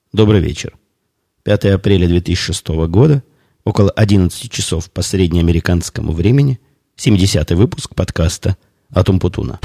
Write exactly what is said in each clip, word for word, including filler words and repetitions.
Добрый вечер. пятое апреля две тысячи шестого года, около одиннадцати часов по среднеамериканскому времени, семидесятый выпуск подкаста «Атум Путуна».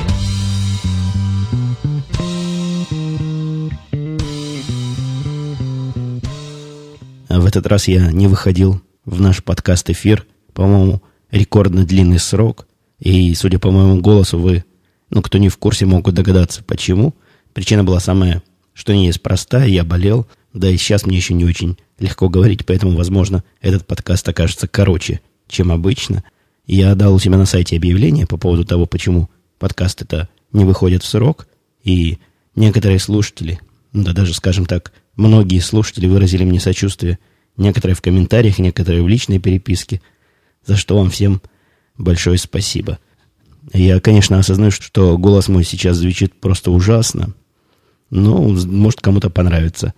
В этот раз я не выходил в наш подкаст-эфир, по-моему, рекордно длинный срок, и, судя по моему голосу, вы, ну, кто не в курсе, могут догадаться, почему. Причина была самая, что не есть простая, я болел, да и сейчас мне еще не очень легко говорить, поэтому, возможно, этот подкаст окажется короче, чем обычно. Я дал у себя на сайте объявление по поводу того, почему подкасты-то не выходят в срок, и некоторые слушатели, ну да даже, скажем так, многие слушатели выразили мне сочувствие, некоторые в комментариях, некоторые в личной переписке, за что вам всем большое спасибо. Я, конечно, осознаю, что голос мой сейчас звучит просто ужасно, но, может, кому-то понравится.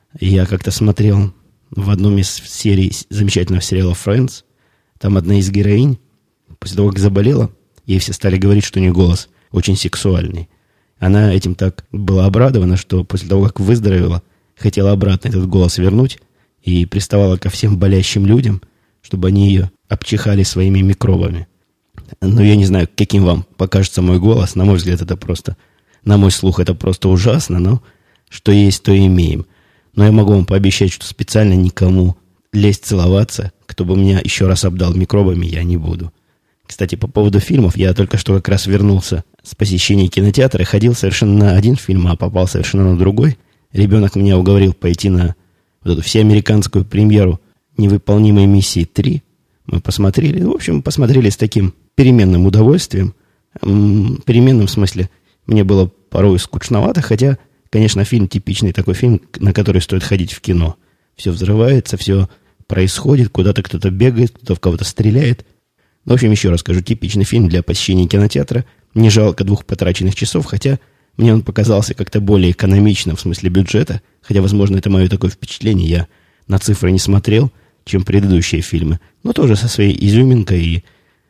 Я как-то смотрел в одном из серий замечательного сериала «Friends», там одна из героинь, после того, как заболела, ей все стали говорить, что у нее голос очень сексуальный. Она этим так была обрадована, что после того, как выздоровела, хотела обратно этот голос вернуть и приставала ко всем болящим людям, чтобы они ее обчихали своими микробами. Но я не знаю, каким вам покажется мой голос. На мой взгляд, это просто, на мой слух, это просто ужасно, но что есть, то и имеем. Но я могу вам пообещать, что специально никому лезть целоваться, кто бы меня еще раз обдал микробами, я не буду. Кстати, по поводу фильмов, я только что как раз вернулся с посещения кинотеатра, ходил совершенно на один фильм, а попал совершенно на другой. Ребенок меня уговорил пойти на вот эту всеамериканскую премьеру «Невыполнимой миссии три». Мы посмотрели, в общем, посмотрели с таким переменным удовольствием. Переменным в смысле, мне было порой скучновато, хотя, конечно, фильм типичный такой фильм, на который стоит ходить в кино. Все взрывается, все происходит, куда-то кто-то бегает, кто-то в кого-то стреляет. В общем, еще раз скажу, типичный фильм для посещения кинотеатра. Не жалко двух потраченных часов, хотя мне он показался как-то более экономичным в смысле бюджета, хотя, возможно, это мое такое впечатление, я на цифры не смотрел, чем предыдущие фильмы, но тоже со своей изюминкой и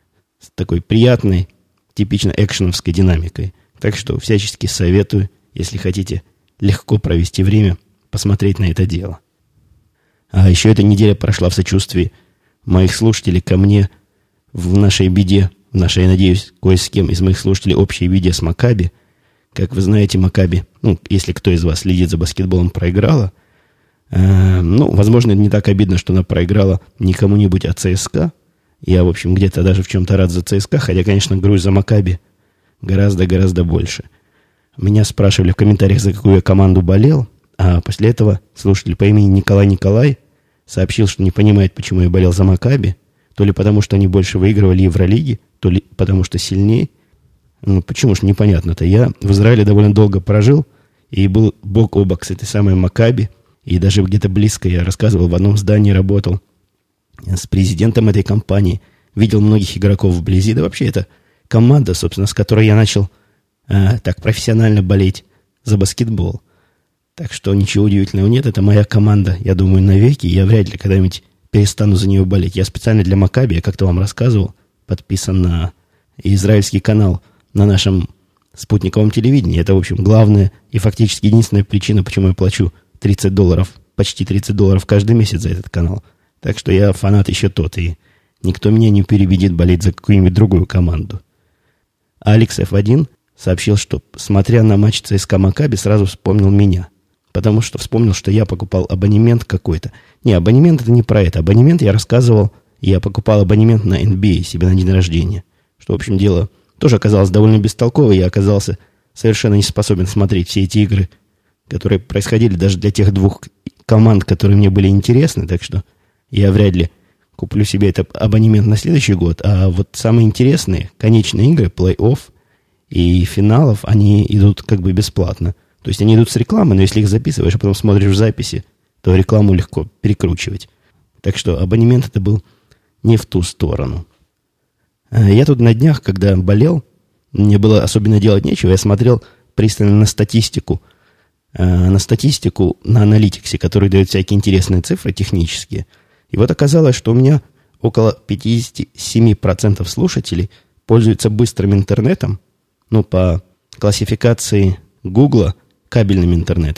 с такой приятной, типично экшеновской динамикой. Так что всячески советую, если хотите легко провести время, посмотреть на это дело. А еще эта неделя прошла в сочувствии моих слушателей ко мне в нашей беде, в нашей, я надеюсь, кое с кем из моих слушателей общей беде с Макаби. Как вы знаете, Макаби, ну, если кто из вас следит за баскетболом, проиграла. Э, ну, возможно, это не так обидно, что она проиграла не кому-нибудь, а ЦСКА. Я, в общем, где-то даже в чем-то рад за ЦСКА, хотя, конечно, грусть за Макаби гораздо-гораздо больше. Меня спрашивали в комментариях, за какую я команду болел, а после этого слушатель по имени Николай Николай сообщил, что не понимает, почему я болел за Макаби, то ли потому, что они больше выигрывали Евролиги, то ли потому, что сильнее. Ну, почему ж непонятно-то? Я в Израиле довольно долго прожил и был бок о бок с этой самой Макаби, и даже где-то близко я рассказывал, в одном здании работал с президентом этой компании, видел многих игроков вблизи, да вообще это команда, собственно, с которой я начал э, так профессионально болеть за баскетбол. Так что ничего удивительного нет, это моя команда, я думаю, навеки, я вряд ли когда-нибудь перестану за нее болеть. Я специально для Макаби, я как-то вам рассказывал, подписан на израильский канал на нашем спутниковом телевидении. Это, в общем, главная и фактически единственная причина, почему я плачу тридцать долларов, почти тридцать долларов каждый месяц за этот канал. Так что я фанат еще тот, и никто меня не переубедит болеть за какую-нибудь другую команду. А Алекс эф один сообщил, что, смотря на матч ЦСКА Макаби, сразу вспомнил меня. Потому что вспомнил, что я покупал абонемент какой-то. Не, абонемент это не про это. Абонемент я рассказывал, я покупал абонемент на эн би эй себе на день рождения. Что, в общем, дело тоже оказалось довольно бестолково. Я оказался совершенно не способен смотреть все эти игры, которые происходили даже для тех двух команд, которые мне были интересны. Так что я вряд ли куплю себе этот абонемент на следующий год. А вот самые интересные, конечные игры, плей-офф и финалов, они идут как бы бесплатно. То есть они идут с рекламы, но если их записываешь, а потом смотришь в записи, то рекламу легко перекручивать. Так что абонемент это был не в ту сторону. Я тут на днях, когда болел, мне было особенно делать нечего, я смотрел пристально на статистику, на статистику на аналитиксе, который дает всякие интересные цифры технические. И вот оказалось, что у меня около пятьдесят семь процентов слушателей пользуются быстрым интернетом, ну, по классификации Гугла, кабельным интернетом.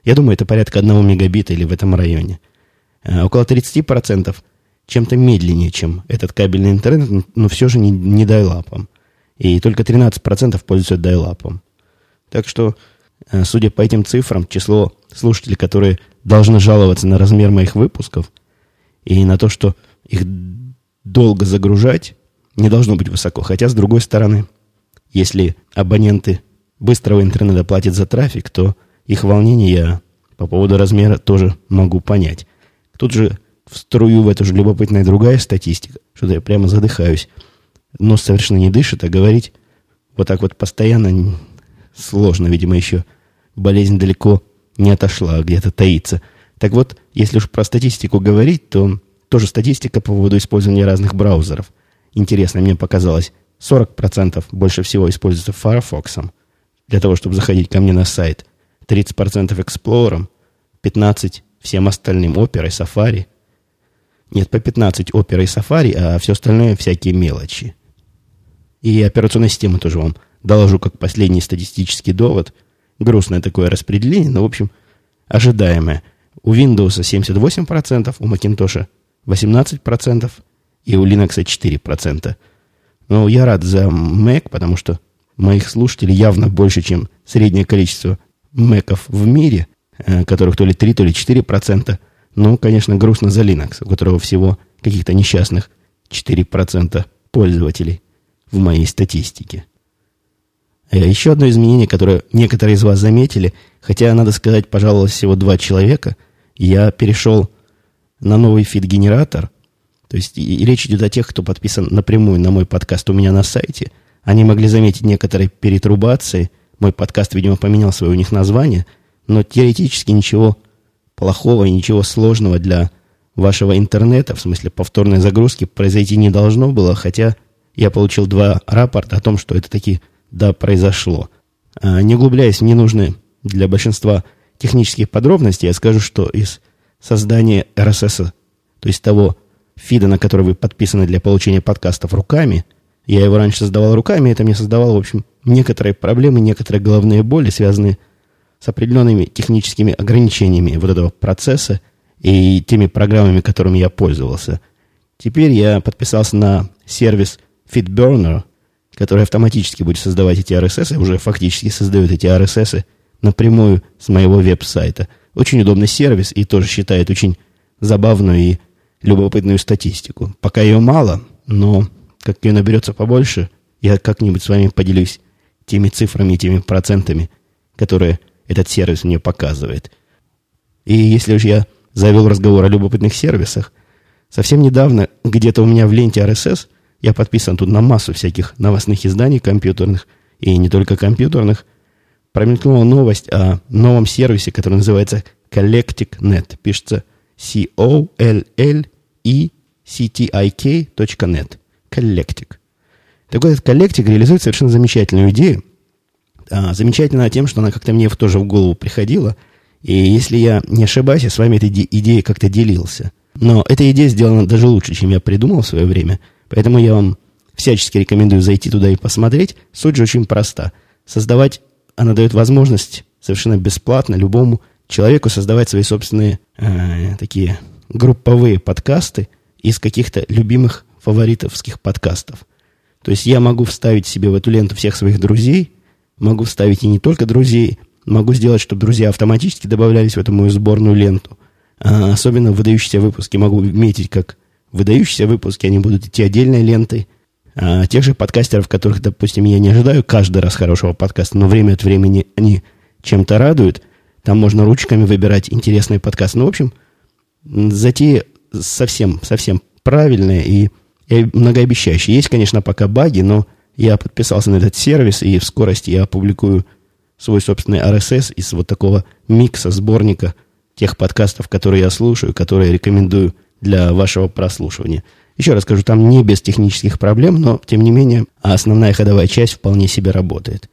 Я думаю, это порядка одного мегабита или в этом районе. А около тридцать процентов чем-то медленнее, чем этот кабельный интернет, но все же не, не дайлапом. И только тринадцать процентов пользуются дайлапом. Так что, судя по этим цифрам, число слушателей, которые должны жаловаться на размер моих выпусков и на то, что их долго загружать, не должно быть высоко. Хотя, с другой стороны, если абоненты быстрого интернета платят за трафик, то их волнение я по поводу размера тоже могу понять. Тут же в струю в эту же любопытная другая статистика, что-то я прямо задыхаюсь. Нос совершенно не дышит, а говорить вот так вот постоянно сложно, видимо, еще болезнь далеко не отошла, а где-то таится. Так вот, если уж про статистику говорить, то тоже статистика по поводу использования разных браузеров. Интересно, мне показалось, сорок процентов больше всего используется Firefox для того, чтобы заходить ко мне на сайт, тридцать процентов Explorer, пятнадцать процентов всем остальным, Opera и Safari. Нет, по пятнадцать Opera и Safari, а все остальное всякие мелочи. И операционная система тоже вам доложу как последний статистический довод. Грустное такое распределение, но, в общем, ожидаемое. У Windows семьдесят восемь процентов, у Macintosh восемнадцать процентов и у Linux четыре процента. Но я рад за Mac, потому что моих слушателей явно больше, чем среднее количество Mac'ов в мире, которых то ли три, то ли четыре процента. Ну, конечно, грустно за Linux, у которого всего каких-то несчастных четыре процента пользователей в моей статистике. Еще одно изменение, которое некоторые из вас заметили, хотя, надо сказать, пожаловалось всего два человека, я перешел на новый фид-генератор. То есть и, и речь идет о тех, кто подписан напрямую на мой подкаст у меня на сайте. Они могли заметить некоторые перетрубации. Мой подкаст, видимо, поменял свое у них название, но теоретически ничего плохого и ничего сложного для вашего интернета, в смысле повторной загрузки, произойти не должно было, хотя я получил два рапорта о том, что это таки да, произошло. А, не углубляясь в ненужные для большинства технических подробностей, я скажу, что из создания эр эс эс, то есть того фида, на который вы подписаны для получения подкастов руками, я его раньше создавал руками, это мне создавало, в общем, некоторые проблемы, некоторые головные боли, связанные с определенными техническими ограничениями вот этого процесса и теми программами, которыми я пользовался. Теперь я подписался на сервис FeedBurner, который автоматически будет создавать эти ар эс эс, и уже фактически создает эти ар эс эс напрямую с моего веб-сайта. Очень удобный сервис и тоже считает очень забавную и любопытную статистику. Пока ее мало, но как ее наберется побольше, я как-нибудь с вами поделюсь теми цифрами, теми процентами, которые этот сервис мне показывает. И если уж я завел разговор о любопытных сервисах, совсем недавно где-то у меня в ленте ар эс эс, я подписан тут на массу всяких новостных изданий компьютерных, и не только компьютерных, промелькнула новость о новом сервисе, который называется Collectic точка нет. Пишется си о эл эл и си ти ай кей точка нет. Collectic. Так вот, этот Collectic реализует совершенно замечательную идею. А, замечательно тем, что она как-то мне тоже в голову приходила. И если я не ошибаюсь, я с вами этой идеей как-то делился. Но эта идея сделана даже лучше, чем я придумал в свое время. Поэтому я вам всячески рекомендую зайти туда и посмотреть. Суть же очень проста. Создавать, она дает возможность совершенно бесплатно любому человеку создавать свои собственные э, такие групповые подкасты из каких-то любимых фаворитовских подкастов. То есть я могу вставить себе в эту ленту всех своих друзей, могу вставить и не только друзей, могу сделать, чтобы друзья автоматически добавлялись в эту мою сборную ленту. А особенно выдающиеся выпуски могу метить как выдающиеся выпуски, они будут идти отдельной лентой. А тех же подкастеров, которых, допустим, я не ожидаю каждый раз хорошего подкаста, но время от времени они чем-то радуют, там можно ручками выбирать интересные подкасты. Ну, в общем, затея совсем, совсем правильная и, и многообещающая. Есть, конечно, пока баги, но я подписался на этот сервис, и в скорости я опубликую свой собственный ар эс эс из вот такого микса, сборника тех подкастов, которые я слушаю, которые рекомендую для вашего прослушивания. Еще раз скажу, там не без технических проблем, но, тем не менее, основная ходовая часть вполне себе работает.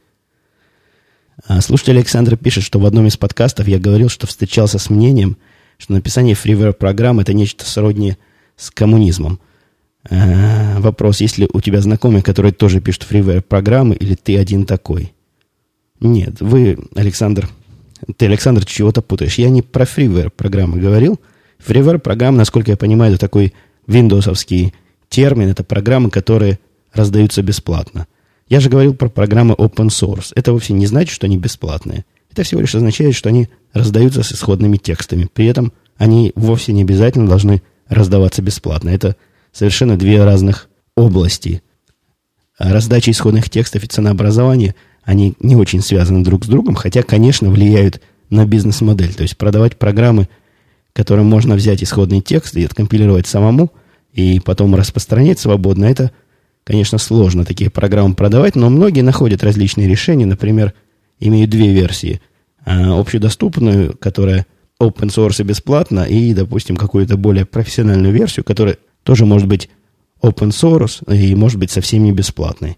А слушатель Александр пишет, что в одном из подкастов я говорил, что встречался с мнением, что написание фривер-программ – это нечто сродни с коммунизмом. А, вопрос, есть ли у тебя знакомые, которые тоже пишут фривер-программы, или ты один такой? Нет, вы, Александр, Ты, Александр, чего-то путаешь. Я не про freeware программы говорил. Freeware программы, насколько я понимаю, это такой виндовсовский термин. Это программы, которые раздаются бесплатно. Я же говорил про программы open source. Это вовсе не значит, что они бесплатные. Это всего лишь означает, что они раздаются с исходными текстами. При этом они вовсе не обязательно должны раздаваться бесплатно. Это совершенно две разных области. А раздача исходных текстов и ценообразование, они не очень связаны друг с другом, хотя, конечно, влияют на бизнес-модель. То есть продавать программы, которым можно взять исходный текст и откомпилировать самому, и потом распространять свободно, это, конечно, сложно такие программы продавать, но многие находят различные решения. Например, имеют две версии. Общедоступную, которая open source и бесплатно, и, допустим, какую-то более профессиональную версию, которая тоже может быть open source и может быть совсем не бесплатной.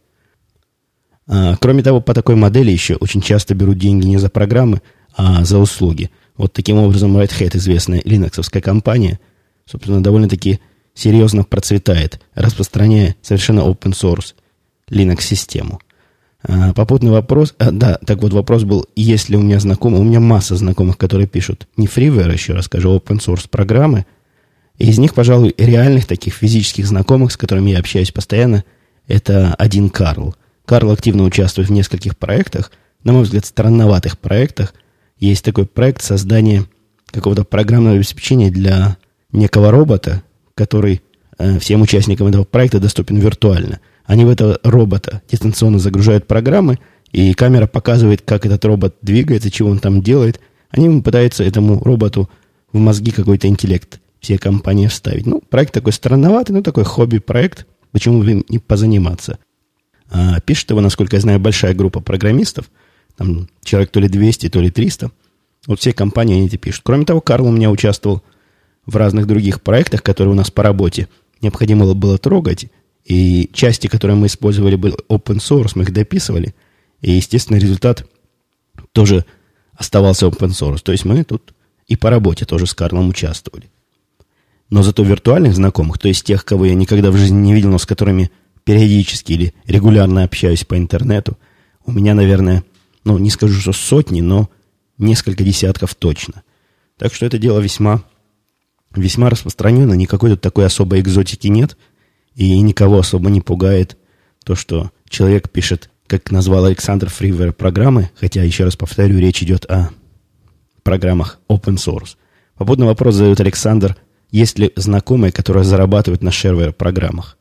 А, кроме того, по такой модели еще очень часто берут деньги не за программы, а за услуги. Вот таким образом Red Hat, известная линоксовская компания, собственно, довольно-таки серьезно процветает, распространяя совершенно open source Linux-систему. А, попутный вопрос, а, да, так вот вопрос был, есть ли у меня знакомые, у меня масса знакомых, которые пишут не freeware, еще раз скажу, open source программы. И из них, пожалуй, реальных таких физических знакомых, с которыми я общаюсь постоянно, это один Карл. Карл активно участвует в нескольких проектах, на мой взгляд, странноватых проектах. Есть такой проект создания какого-то программного обеспечения для некого робота, который э, всем участникам этого проекта доступен виртуально. Они в этого робота дистанционно загружают программы, и камера показывает, как этот робот двигается, чего он там делает. Они пытаются этому роботу в мозги какой-то интеллект все компании вставить. Ну, проект такой странноватый, ну, такой хобби-проект. Почему бы им не позаниматься? А, пишет его, насколько я знаю, большая группа программистов. Там человек то ли двести, то ли триста. Вот все компании они эти пишут. Кроме того, Карл у меня участвовал в разных других проектах, которые у нас по работе необходимо было трогать. И части, которые мы использовали, были open source, мы их дописывали. И, естественно, результат тоже оставался open source. То есть мы тут и по работе тоже с Карлом участвовали. Но зато виртуальных знакомых, то есть тех, кого я никогда в жизни не видел, но с которыми периодически или регулярно общаюсь по интернету, у меня, наверное, ну, не скажу, что сотни, но несколько десятков точно. Так что это дело весьма, весьма распространено, никакой тут такой особой экзотики нет, и никого особо не пугает то, что человек пишет, как назвал Александр, freeware программы, хотя, еще раз повторю, речь идет о программах open source. Попутный вопрос задает Александр: есть ли знакомые, которые зарабатывают на shareware программах?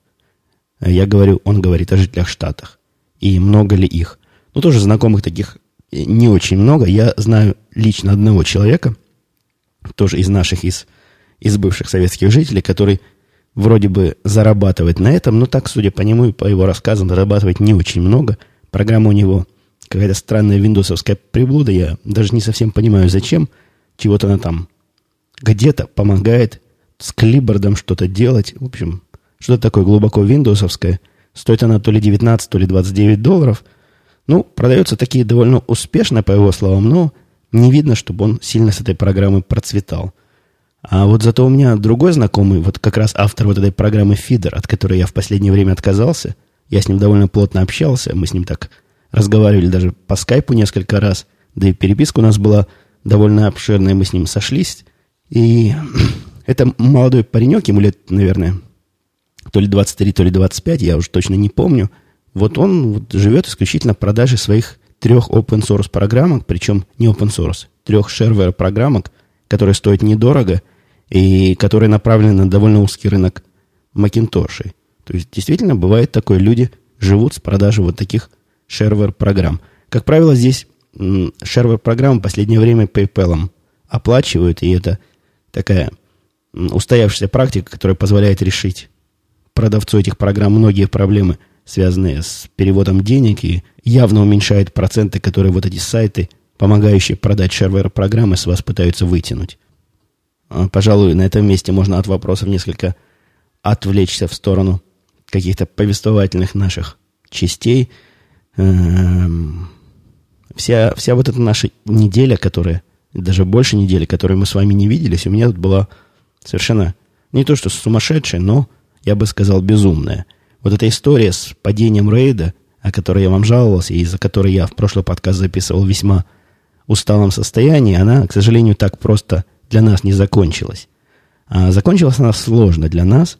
Я говорю, он говорит о жителях Штатах. И много ли их? Ну, тоже знакомых таких не очень много. Я знаю лично одного человека, тоже из наших, из, из бывших советских жителей, который вроде бы зарабатывает на этом, но так, судя по нему и по его рассказам, зарабатывает не очень много. Программа у него какая-то странная виндовсовская приблуда. Я даже не совсем понимаю, зачем. Чего-то она там где-то помогает с клибордом что-то делать. В общем, что-то такое глубоко виндовсовское. Стоит она то ли девятнадцать, то ли двадцать девять долларов. Ну, продаются такие довольно успешно, по его словам, но не видно, чтобы он сильно с этой программой процветал. А вот зато у меня другой знакомый, вот как раз автор вот этой программы Feeder, от которой я в последнее время отказался. Я с ним довольно плотно общался, мы с ним так разговаривали даже по скайпу несколько раз, да и переписка у нас была довольно обширная, мы с ним сошлись. И это молодой паренек, ему лет, наверное, то ли двадцать три, то ли двадцать пять, я уже точно не помню. Вот он вот живет исключительно в продаже своих трех open source программок, причем не open source, трех shareware программок, которые стоят недорого и которые направлены на довольно узкий рынок Макинтошей. То есть, действительно, бывает такое, люди живут с продажи вот таких shareware программ. Как правило, здесь shareware программы в последнее время PayPal оплачивают, и это такая устоявшаяся практика, которая позволяет решить продавцу этих программ многие проблемы, связанные с переводом денег, и явно уменьшает проценты, которые вот эти сайты, помогающие продать shareware программы, с вас пытаются вытянуть. Пожалуй, на этом месте можно от вопросов несколько отвлечься в сторону каких-то повествовательных наших частей. Вся, вся вот эта наша неделя, которая, даже больше недели, которой мы с вами не виделись, у меня тут была совершенно не то что сумасшедшая, но, я бы сказал, безумная. Вот эта история с падением рейда, о которой я вам жаловался, и за которой я в прошлый подкаст записывал весьма усталом состоянии, она, к сожалению, так просто для нас не закончилась. А закончилась она сложно для нас.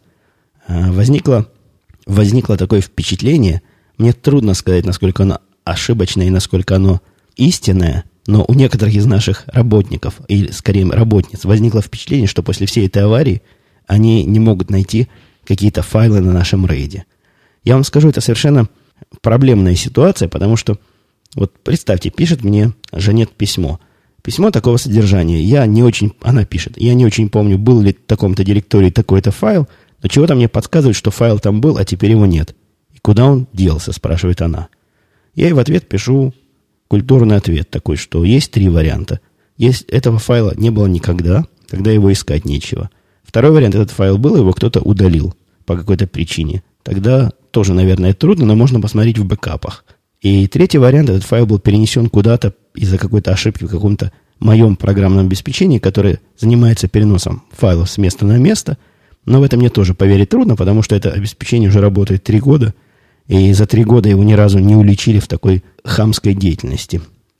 А возникло, возникло такое впечатление, мне трудно сказать, насколько оно ошибочное и насколько оно истинное, но у некоторых из наших работников, или скорее работниц, возникло впечатление, что после всей этой аварии они не могут найти какие-то файлы на нашем рейде. Я вам скажу, это совершенно проблемная ситуация, потому что, вот представьте, пишет мне Жанет письмо. Письмо такого содержания. Я не очень, она пишет, я не очень помню, был ли в таком-то директории такой-то файл, но чего-то мне подсказывает, что файл там был, а теперь его нет. И куда он делся, спрашивает она. Я ей в ответ пишу культурный ответ такой, что есть три варианта. Есть, этого файла не было никогда, тогда его искать нечего. Второй вариант, этот файл был, его кто-то удалил по какой-то причине. Тогда тоже, наверное, трудно, но можно посмотреть в бэкапах. И третий вариант, этот файл был перенесен куда-то из-за какой-то ошибки в каком-то моем программном обеспечении, которое занимается переносом файлов с места на место. Но в это мне тоже поверить трудно, потому что это обеспечение уже работает три года, и за три года его ни разу не уличили в такой хамской деятельности.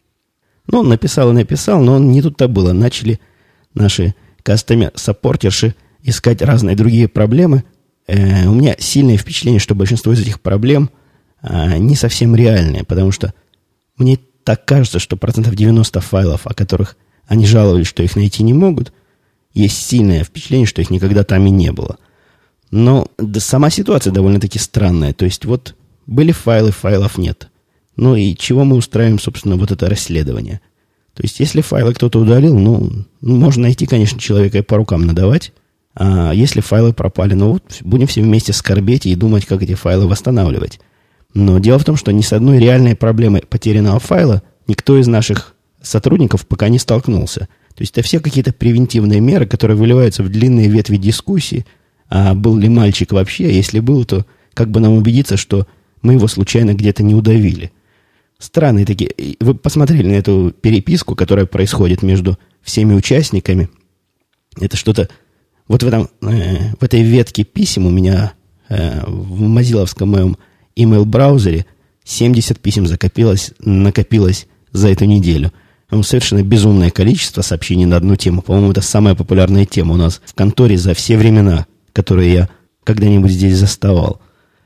Ну, он написал и написал, но он не тут-то было. Начали наши кастомер-саппортерши искать разные другие проблемы. Э, у меня сильное впечатление, что большинство из этих проблем э, не совсем реальные, потому что мне так кажется, что процентов девяносто файлов, о которых они жаловались, что их найти не могут, есть сильное впечатление, что их никогда там и не было. Но да, сама ситуация довольно-таки странная. То есть вот были файлы, файлов нет. Ну и чего мы устраиваем, собственно, вот это расследование? То есть если файлы кто-то удалил, ну, ну можно найти, конечно, человека и по рукам надавать. А если файлы пропали, ну вот будем все вместе скорбеть и думать, как эти файлы восстанавливать. Но дело в том, что ни с одной реальной проблемой потерянного файла никто из наших сотрудников пока не столкнулся. То есть это все какие-то превентивные меры, которые выливаются в длинные ветви дискуссии. А был ли мальчик вообще? Если был, то как бы нам убедиться, что мы его случайно где-то не удавили? Странные такие. Вы посмотрели на эту переписку, которая происходит между всеми участниками. Это что-то... Вот в, этом, э, в этой ветке писем у меня э, в мозиловском моем email-браузере семьдесят писем закопилось, накопилось за эту неделю. Совершенно безумное количество сообщений на одну тему. По-моему, это самая популярная тема у нас в конторе за все времена, которые я когда-нибудь здесь заставал.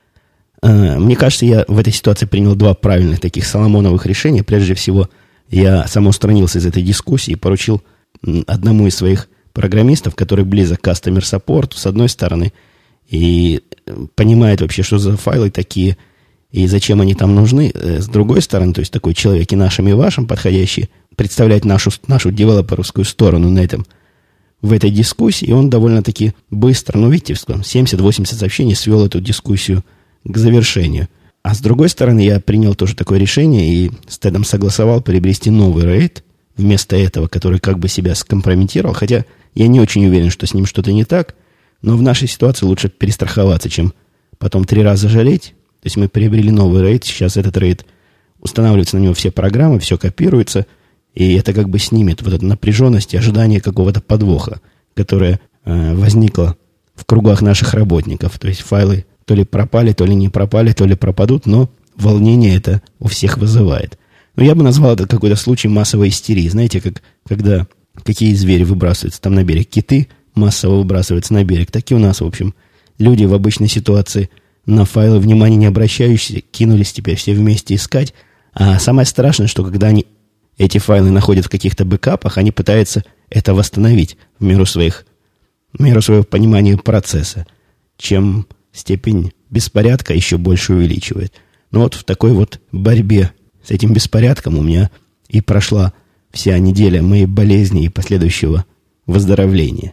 Мне кажется, я в этой ситуации принял два правильных таких соломоновых решения. Прежде всего, я самоустранился из этой дискуссии и поручил одному из своих программистов, который близок к customer support, с одной стороны, и понимает вообще, что за файлы такие, и зачем они там нужны, с другой стороны, то есть такой человек и нашим, и вашим подходящий, представлять нашу, нашу девелоперскую сторону на этом, в этой дискуссии, и он довольно-таки быстро, ну, видите, семьдесят-восемьдесят сообщений свел эту дискуссию к завершению. А с другой стороны, я принял тоже такое решение и с Тедом согласовал приобрести новый рейд вместо этого, который как бы себя скомпрометировал, хотя я не очень уверен, что с ним что-то не так, но в нашей ситуации лучше перестраховаться, чем потом три раза жалеть. То есть мы приобрели новый рейд, сейчас этот рейд устанавливается на него все программы, все копируется, и это как бы снимет вот эту напряженность и ожидание какого-то подвоха, которое э, возникло в кругах наших работников. То есть файлы то ли пропали, то ли не пропали, то ли пропадут, но волнение это у всех вызывает. Но я бы назвал это какой-то случай массовой истерии. Знаете, как, когда какие звери выбрасываются там на берег? Киты массово выбрасываются на берег. Так и у нас, в общем, люди в обычной ситуации на файлы внимания не обращающиеся кинулись теперь все вместе искать. А самое страшное, что когда они эти файлы находят в каких-то бэкапах, они пытаются это восстановить в меру своих, в меру своего понимания процесса, чем степень беспорядка еще больше увеличивает. Но вот в такой вот борьбе с этим беспорядком у меня и прошла вся неделя моей болезни и последующего выздоровления.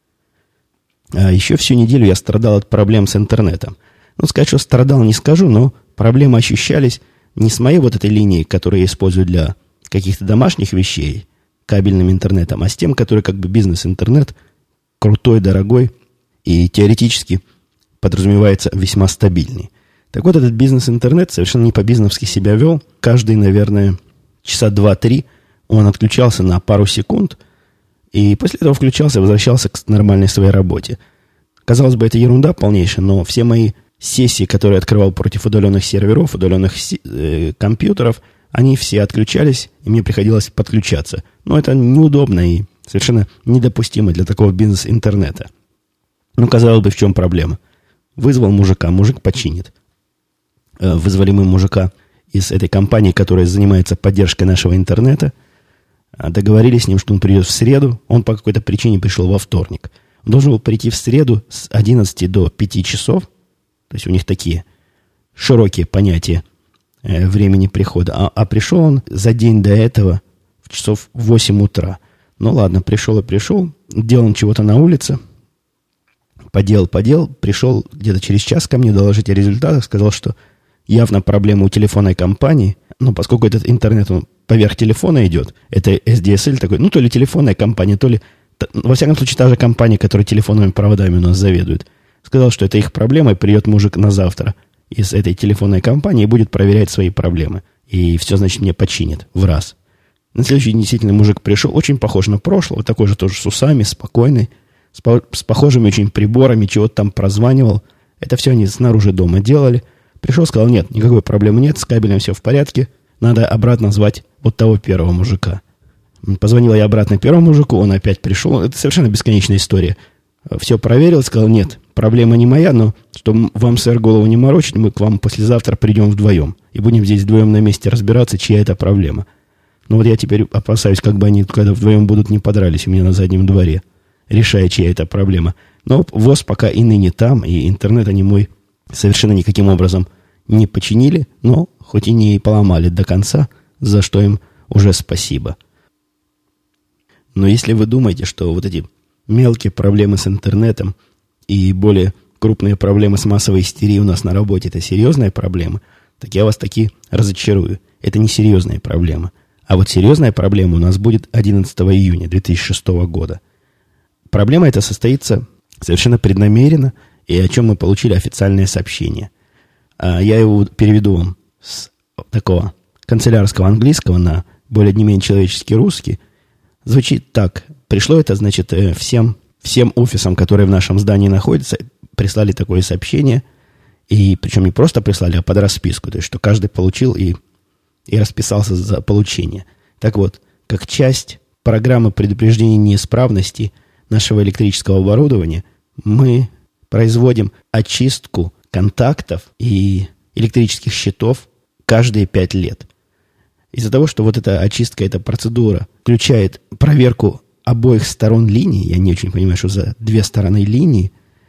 А еще всю неделю я страдал от проблем с интернетом. Ну, сказать, что страдал, не скажу, но проблемы ощущались не с моей вот этой линией, которую я использую для каких-то домашних вещей, кабельным интернетом, а с тем, который как бы бизнес-интернет, крутой, дорогой и теоретически подразумевается весьма стабильный. Так вот, этот бизнес-интернет совершенно не по-бизнесски себя вел. Каждый, наверное, часа два-три он отключался на пару секунд, и после этого включался и возвращался к нормальной своей работе. Казалось бы, это ерунда полнейшая, но все мои сессии, которые я открывал против удаленных серверов, удаленных си- э, компьютеров, они все отключались, и мне приходилось подключаться. Но это неудобно и совершенно недопустимо для такого бизнеса интернета. Ну, казалось бы, в чем проблема? Вызвал мужика, мужик починит. Вызвали мы мужика из этой компании, которая занимается поддержкой нашего интернета. Договорились с ним, что он придет в среду. Он по какой-то причине пришел во вторник. Он должен был прийти в среду с одиннадцати до пяти часов. То есть у них такие широкие понятия э, времени прихода. А, а пришел он за день до этого в часов восемь утра. Ну ладно, пришел и пришел. Делал он чего-то на улице. Поделал, поделал. Пришел где-то через час ко мне доложить о результатах. Сказал, что явно проблема у телефонной компании. Ну, поскольку этот интернет он поверх телефона идет, это эс ди эс эл такой, ну, то ли телефонная компания, то ли, во всяком случае, та же компания, которая телефонными проводами у нас заведует. Сказал, что это их проблема, и придет мужик на завтра из этой телефонной компании и будет проверять свои проблемы. И все, значит, мне починит в раз. На следующий день действительно мужик пришел, очень похож на прошлого, такой же тоже с усами, спокойный, с, по- с похожими очень приборами, чего-то там прозванивал. Это все они снаружи дома делали. Пришел, сказал, нет, никакой проблемы нет, с кабелем все в порядке, надо обратно звать вот того первого мужика. Позвонил я обратно первому мужику, он опять пришел. Это совершенно бесконечная история. Все проверил, сказал, нет, проблема не моя, но чтобы вам, сэр, голову не морочить, мы к вам послезавтра придем вдвоем. И будем здесь вдвоем на месте разбираться, чья это проблема. Ну вот я теперь опасаюсь, как бы они, когда вдвоем будут, не подрались у меня на заднем дворе, решая, чья это проблема. Но ВОЗ пока и ныне там, и интернет они мой совершенно никаким образом не починили, но хоть и не поломали до конца, за что им уже спасибо. Но если вы думаете, что вот эти мелкие проблемы с интернетом и более крупные проблемы с массовой истерией у нас на работе — это серьезная проблема, так я вас таки разочарую. Это не серьезная проблема. А вот серьезная проблема у нас будет одиннадцатого июня две тысячи шестого года. Проблема эта состоится совершенно преднамеренно, и о чем мы получили официальное сообщение. Я его переведу вам с такого канцелярского английского на более-менее человеческий русский. Звучит так. Пришло это, значит, всем, всем офисам, которые в нашем здании находятся, прислали такое сообщение. И причем не просто прислали, а под расписку. То есть, что каждый получил и, и расписался за получение. Так вот, как часть программы предупреждения неисправности нашего электрического оборудования, мы производим очистку контактов и электрических счетов каждые пять лет. Из-за того, что вот эта очистка, эта процедура включает проверку обоих сторон линии, я не очень понимаю, что за две стороны линии,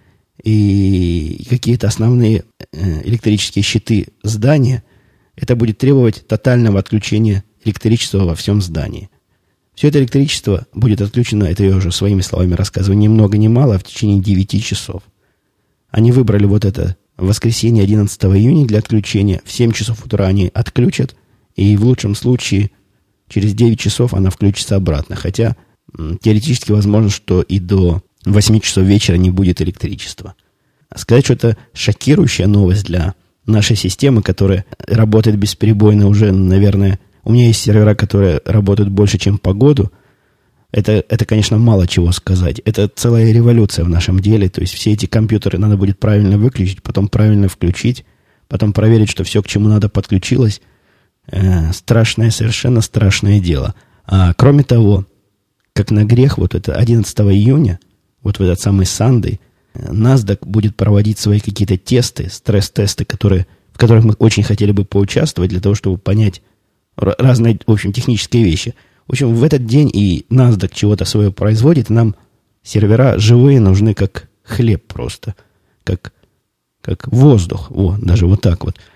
и какие-то основные электрические щиты здания, это будет требовать тотального отключения электричества во всем здании. Все это электричество будет отключено, это я уже своими словами рассказываю, ни много ни мало, в течение девяти часов. Они выбрали вот это воскресенье одиннадцатого июня для отключения. В семь часов утра они отключат, и в лучшем случае через девять часов она включится обратно. Хотя теоретически возможно, что и до восьми часов вечера не будет электричества. Сказать, что это шокирующая новость для нашей системы, которая работает бесперебойно уже, наверное, у меня есть сервера, которые работают больше, чем по году. Это, это, конечно, мало чего сказать. Это целая революция в нашем деле. То есть все эти компьютеры надо будет правильно выключить, потом правильно включить, потом проверить, что все, к чему надо, подключилось. Э, страшное, совершенно страшное дело. А кроме того, как на грех, вот это одиннадцатого июня, вот в этот самый Sunday, NASDAQ будет проводить свои какие-то тесты, стресс-тесты, которые, в которых мы очень хотели бы поучаствовать для того, чтобы понять разные, в общем, технические вещи. В общем, в этот день и NASDAQ чего-то свое производит, и нам сервера живые нужны как хлеб просто, как, как воздух, вот, даже вот так вот.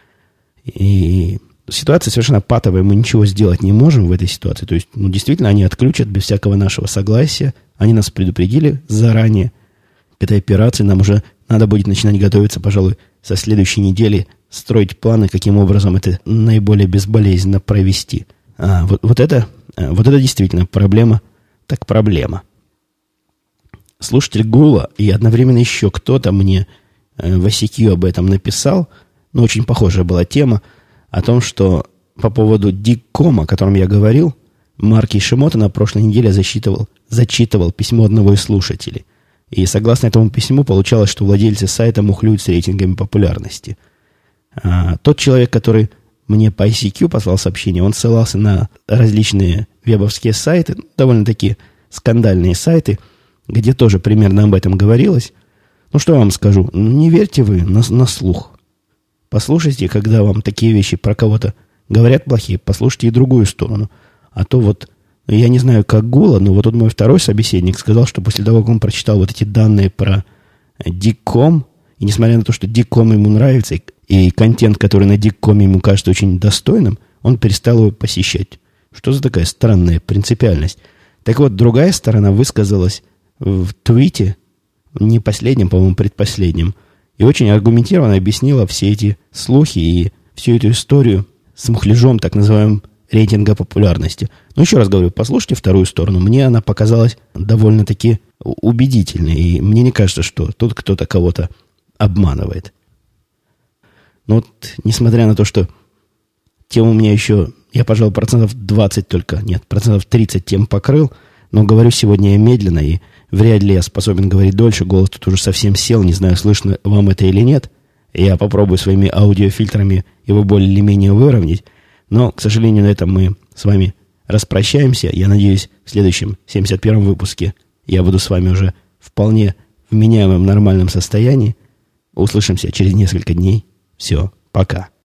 И ситуация совершенно патовая, мы ничего сделать не можем в этой ситуации. То есть, ну, действительно, они отключат без всякого нашего согласия, они нас предупредили заранее. К этой операции нам уже надо будет начинать готовиться, пожалуй, со следующей недели, строить планы, каким образом это наиболее безболезненно провести. А, вот, вот, это, вот это действительно проблема, так проблема. Слушатель Гула и одновременно еще кто-то мне э, в ай си кью об этом написал, но очень похожая была тема, о том, что по поводу Дикком, о котором я говорил, Марк Ишимото на прошлой неделе зачитывал, зачитывал письмо одного из слушателей. И согласно этому письму получалось, что владельцы сайта мухлюют с рейтингами популярности. А тот человек, который мне по ай си кью послал сообщение, он ссылался на различные вебовские сайты, довольно-таки скандальные сайты, где тоже примерно об этом говорилось. Ну, что я вам скажу, не верьте вы на, на слух. Послушайте, когда вам такие вещи про кого-то говорят плохие, послушайте и другую сторону. А то вот, я не знаю, как Гула, но вот тут мой второй собеседник сказал, что после того, как он прочитал вот эти данные про Дикком, и несмотря на то, что Дикком ему нравится, и, и контент, который на Диккоме ему кажется очень достойным, он перестал его посещать. Что за такая странная принципиальность? Так вот, другая сторона высказалась в твите, не последнем, по-моему, предпоследнем, и очень аргументированно объяснила все эти слухи и всю эту историю с мухляжом, так называемым, рейтинга популярности. Но еще раз говорю, послушайте вторую сторону. Мне она показалась довольно-таки убедительной, и мне не кажется, что тут кто-то кого-то обманывает. Но вот, несмотря на то, что тему у меня еще, я, пожалуй, процентов двадцать только, нет, процентов тридцать тем покрыл, но говорю сегодня я медленно, и вряд ли я способен говорить дольше, голос тут уже совсем сел, не знаю, слышно вам это или нет. Я попробую своими аудиофильтрами его более или менее выровнять, но, к сожалению, на этом мы с вами распрощаемся. Я надеюсь, в следующем семьдесят первом выпуске я буду с вами уже вполне вменяемом нормальном состоянии. Услышимся через несколько дней. Все, пока.